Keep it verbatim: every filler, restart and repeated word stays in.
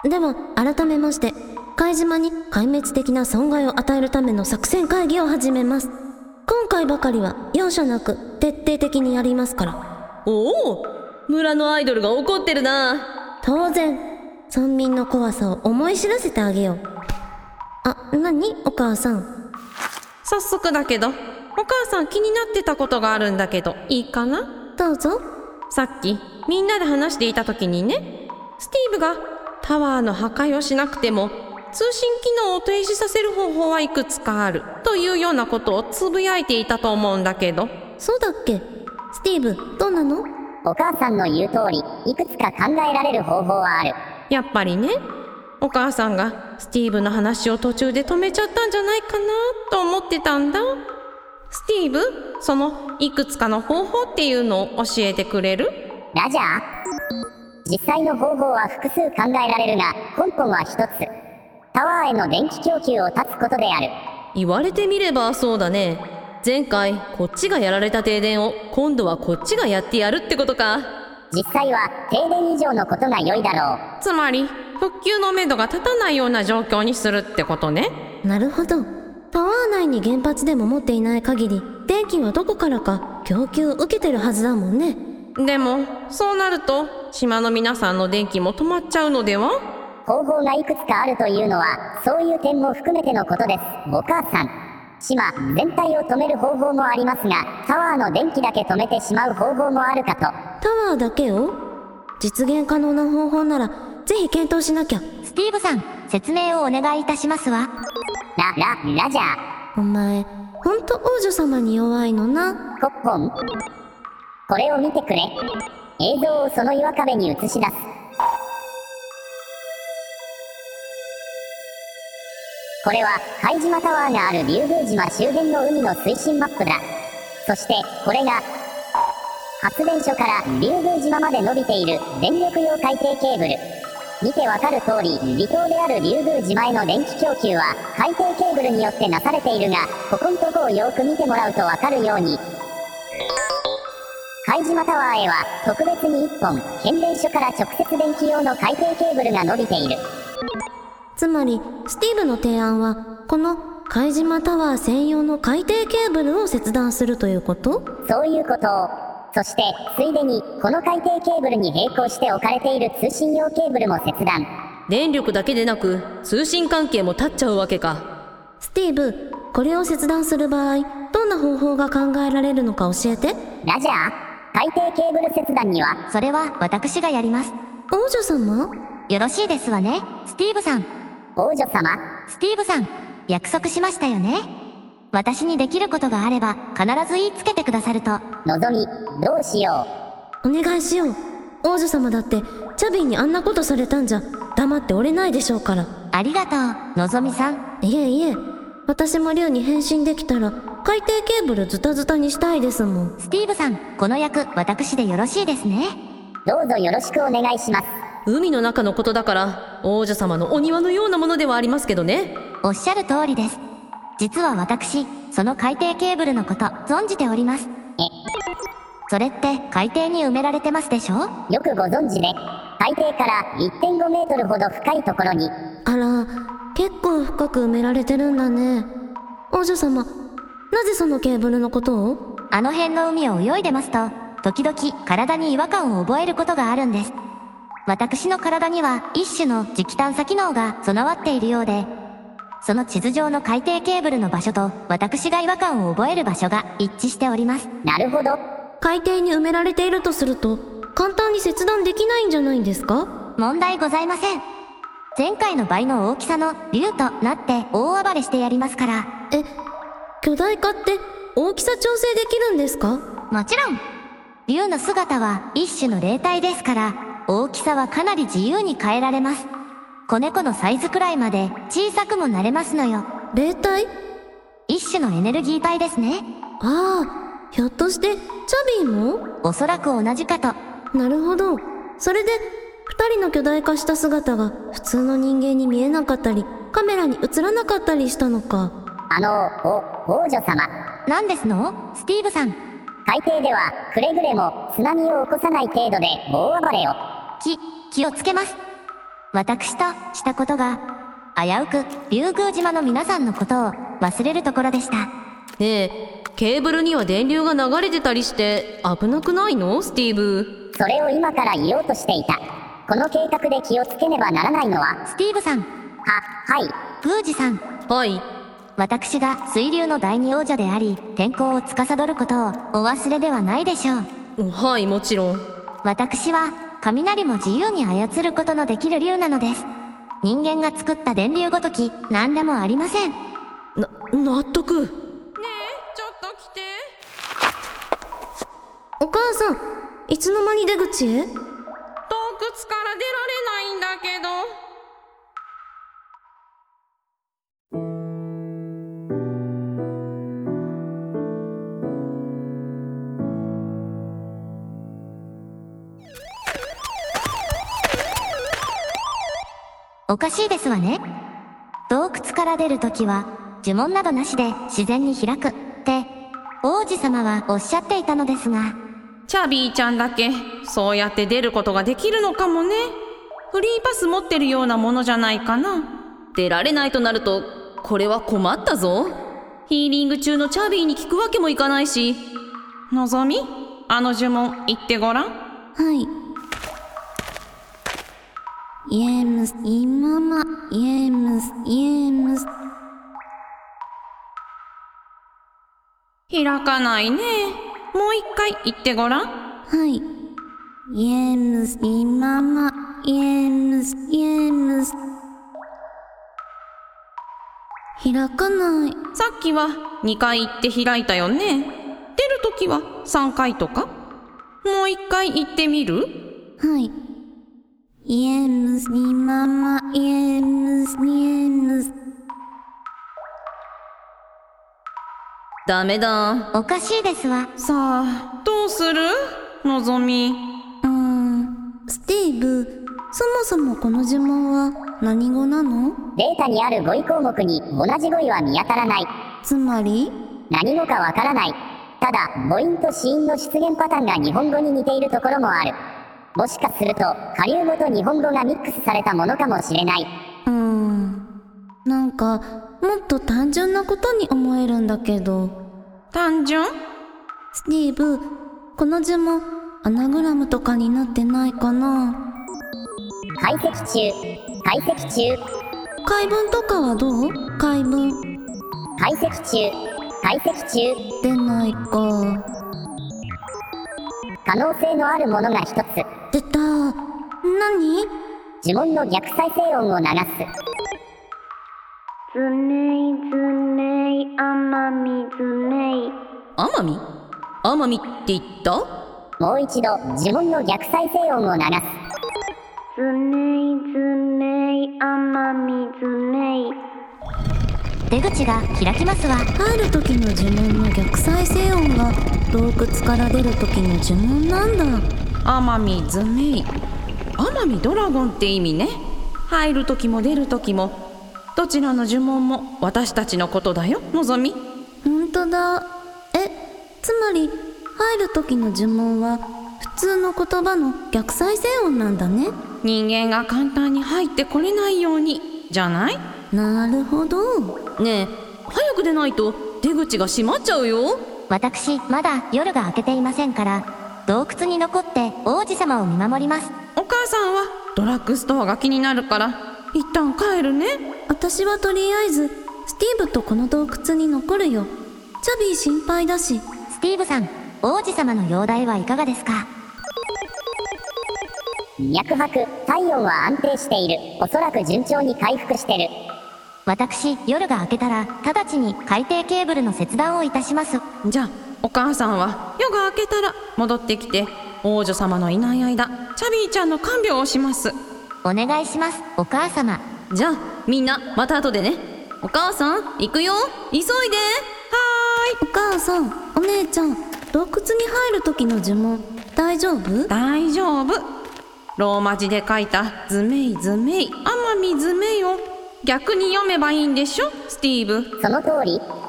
では改めまして、貝島に壊滅的な損害を与えるための作戦会議を始めます。今回ばかりは容赦なく徹底的にやりますから。 おお、村のアイドルが怒ってるな。 当然、村民の怖さを思い知らせてあげよう。あ、なにお母さん。 早速だけど、お母さん気になってたことがあるんだけど、いいかな？ どうぞ。 さっきみんなで話していた時にね、スティーブがタワーの破壊をしなくても通信機能を停止させる方法はいくつかあるというようなことをつぶやいていたと思うんだけど。 そうだっけ？スティーブ、どうなの？ お母さんの言う通り、いくつか考えられる方法はある。 やっぱりね、お母さんがスティーブの話を途中で止めちゃったんじゃないかなと思ってたんだ。スティーブ、そのいくつかの方法っていうのを教えてくれる？ ラジャー？実際の方法は複数考えられるが、根本は一つ。タワーへの電気供給を断つことである。 言われてみればそうだね。前回こっちがやられた停電を今度はこっちがやってやるってことか。 実際は停電以上のことが良いだろう。 つまり復旧のめどが立たないような状況にするってことね。 なるほど。タワー内に原発でも持っていない限り、電気はどこからか供給受けてるはずだもんね。 でもそうなると島の皆さんの電気も止まっちゃうのでは？ 方法がいくつかあるというのはそういう点も含めてのことです。お母さん、島全体を止める方法もありますが、タワーの電気だけ止めてしまう方法もあるかと。 タワーだけを？実現可能な方法ならぜひ検討しなきゃ。 スティーブさん、説明をお願いいたしますわ。 ラ、ラ、ラジャー。 お前、ほんと王女様に弱いのな。 コッポン。これを見てくれ。映像をその岩壁に映し出す。これは貝島タワーがある竜宮島周辺の海の水深マップだ。そしてこれが発電所から竜宮島まで伸びている電力用海底ケーブル。見てわかる通り、離島である竜宮島への電気供給は海底ケーブルによってなされているが、ここんとこをよく見てもらうとわかるように、貝島タワーへは特別にいっぽん変電所から直接電気用の海底ケーブルが伸びている。 つまりスティーブの提案はこの貝島タワー専用の海底ケーブルを切断するということ？ そういうことを。そしてついでにこの海底ケーブルに並行して置かれている通信用ケーブルも切断。 電力だけでなく通信関係も断っちゃうわけか。 スティーブ、これを切断する場合どんな方法が考えられるのか教えて。 ラジャー、海底ケーブル切断にはそれは私がやります。 王女様？ よろしいですわね、スティーブさん。 王女様？ スティーブさん、約束しましたよね。私にできることがあれば必ず言いつけてくださると。 のぞみ、どうしよう。お願いしよう。王女様だってチャビンにあんなことされたんじゃ黙っておれないでしょうから。 ありがとう、のぞみさん。 いえいえ、私も竜に変身できたら海底ケーブルズタズタにしたいですもん。 スティーブさん、この役私でよろしいですね。 どうぞよろしくお願いします。 海の中のことだから王女様のお庭のようなものではありますけどね。 おっしゃる通りです。実は私、その海底ケーブルのこと存じております。 え？ それって海底に埋められてますでしょ？ よくご存知で、海底から いってんごメートルほど深いところに。 あら、結構深く埋められてるんだね。王女様、なぜそのケーブルのことを？ あの辺の海を泳いでますと、時々体に違和感を覚えることがあるんです。私の体には一種の磁気探査機能が備わっているようで、その地図上の海底ケーブルの場所と私が違和感を覚える場所が一致しております。 なるほど。 海底に埋められているとすると簡単に切断できないんじゃないんですか？ 問題ございません。前回の倍の大きさの竜となって大暴れしてやりますから。 え、巨大化って大きさ調整できるんですか？ もちろん。竜の姿は一種の霊体ですから、大きさはかなり自由に変えられます。子猫のサイズくらいまで小さくもなれますのよ。 霊体？ 一種のエネルギー体ですね。 ああ、ひょっとしてチャビンも？ おそらく同じかと。 なるほど。それで二人の巨大化した姿が普通の人間に見えなかったりカメラに映らなかったりしたのか。 あの、お、王女様。 何ですの？スティーブさん。 海底ではくれぐれも津波を起こさない程度で大暴れを。 き、気をつけます。 私としたことが、危うく竜宮島の皆さんのことを忘れるところでした。 ねえ、ケーブルには電流が流れてたりして危なくないのスティーブ？ それを今から言おうとしていた。この計画で気をつけねばならないのは、 スティーブさん。 は、はい。 宮司さん。 はい。 私が水流の第二王者であり、天候を司ることをお忘れではないでしょう。 はい、もちろん。 私は、雷も自由に操ることのできる竜なのです。人間が作った電流ごとき、何でもありません。 な、納得。ねえ、ちょっと来て。 お母さん、いつの間に出口へ？ 洞窟から出られないんだけど。 おかしいですわね。洞窟から出るときは、呪文などなしで自然に開くって、王子様はおっしゃっていたのですが。 チャビーちゃんだけ、そうやって出ることができるのかもね。フリーパス持ってるようなものじゃないかな。出られないとなると、これは困ったぞ。ヒーリング中のチャビーに聞くわけもいかないし。のぞみ、あの呪文言ってごらん。 はい。イエムス、イママ、イエムス、イエムス。 開かないね。もう一回言ってごらん。 はい。イエムス、イママ、イエムス、イエムス。開かない。 さっきはにかい言って開いたよね。出るときはさんかいとか。もう一回言ってみる？ はい。イエムス、イママ、イエムス、イエムス。 ダメだ。 おかしいですわ。 さあ、どうする？のぞみ。 うーん。スティーブ、そもそもこの呪文は何語なの？ データにある語彙項目に同じ語彙は見当たらない。 つまり？ 何語かわからない。ただ、母音と子音の出現パターンが日本語に似ているところもある。もしかすると、下流語と日本語がミックスされたものかもしれない。 うーん。なんか、もっと単純なことに思えるんだけど。 単純？ スティーブ、この呪文、アナグラムとかになってないかな？ 解析中、解析中。 解文とかはどう？解文。 解析中、解析中。 出ないか。 可能性のあるものが一つ。 出た。何？ 呪文の逆再生音を流す。 ズネイズネイアマミズネイ。 アマミ？アマミって言った？ もう一度、呪文の逆再生音を流す。 ズネイズネイアマミズネイ。 出口が開きますわ。 入る時の呪文の逆再生音が洞窟から出る時の呪文なんだ。 アマミズメイ。アマミドラゴンって意味ね。入る時も出る時も、どちらの呪文も私たちのことだよ、のぞみ。 ほんとだ。え、つまり入る時の呪文は普通の言葉の逆再生音なんだね。 人間が簡単に入ってこれないように、じゃない？ なるほど。 ねえ、早く出ないと出口が閉まっちゃうよ。 私、まだ夜が明けていませんから、洞窟に残って王子様を見守ります。 お母さんはドラッグストアが気になるから、一旦帰るね。 私はとりあえずスティーブとこの洞窟に残るよ。チャビー心配だし。 スティーブさん、王子様の容体はいかがですか？ 脈拍、体温は安定している。おそらく順調に回復してる。 私、夜が明けたら直ちに海底ケーブルの切断をいたします。 じゃあお母さんは夜が明けたら戻ってきて、王女様のいない間、チャビーちゃんの看病をします。 お願いします、お母様。 じゃあみんなまた後でね。お母さん行くよ、急いで。はーい。 お母さん、お姉ちゃん、洞窟に入る時の呪文大丈夫？ 大丈夫。ローマ字で書いたズメイズメイアマミズメイを逆に読めばいいんでしょ、スティーブ。 その通り。